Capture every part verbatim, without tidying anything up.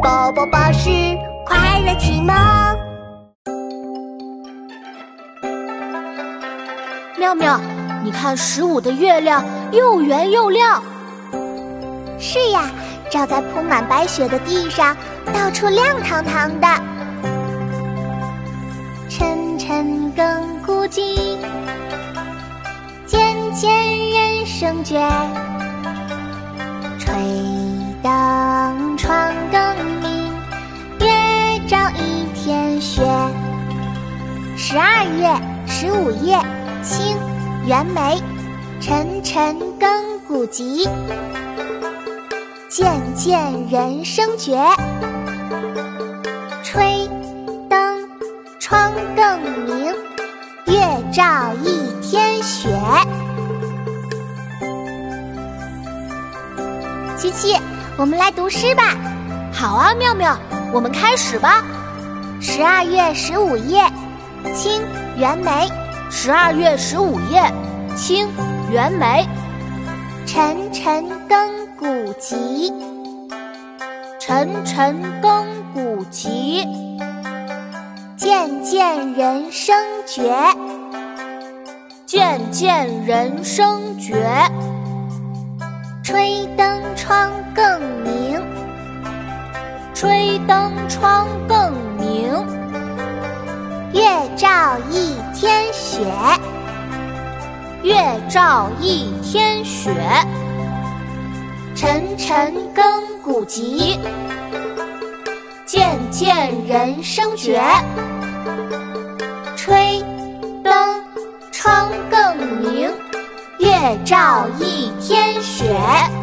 宝宝巴士快乐启蒙。 妙妙，你看十五的月亮又圆又亮。 是呀，照在铺满白雪的地上，到处亮堂堂的。晨晨更鼓鸡，渐渐人声绝。吹灯窗更明，月照一天雪。十二月十五夜，清，袁枚。晨晨更鼓鸡，渐渐人声绝。吹灯窗更明，月照一天雪。琪琪，我们来读诗吧。 好啊，妙妙，我们开始吧。 十二月十五夜，清，袁枚。 十二月十五夜，清，袁枚。 晨晨更鼓鸡， 晨晨更鼓鸡， 渐渐人声绝。 渐渐人声绝。 吹灯窗更明， 吹灯窗更明。 月照一天雪， 月照一天雪。 晨晨更鼓鸡， 渐渐人声绝。 吹灯窗更明，月照一天雪。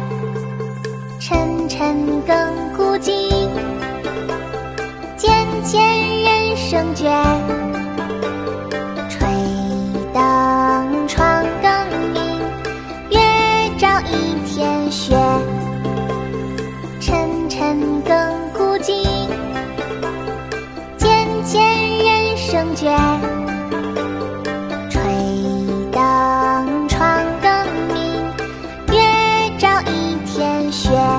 晨晨更鼓鸡，渐渐人声绝。吹灯窗更明，月照一天雪。晨晨更鼓鸡，渐渐人声绝。吹灯窗更明，月照一天雪。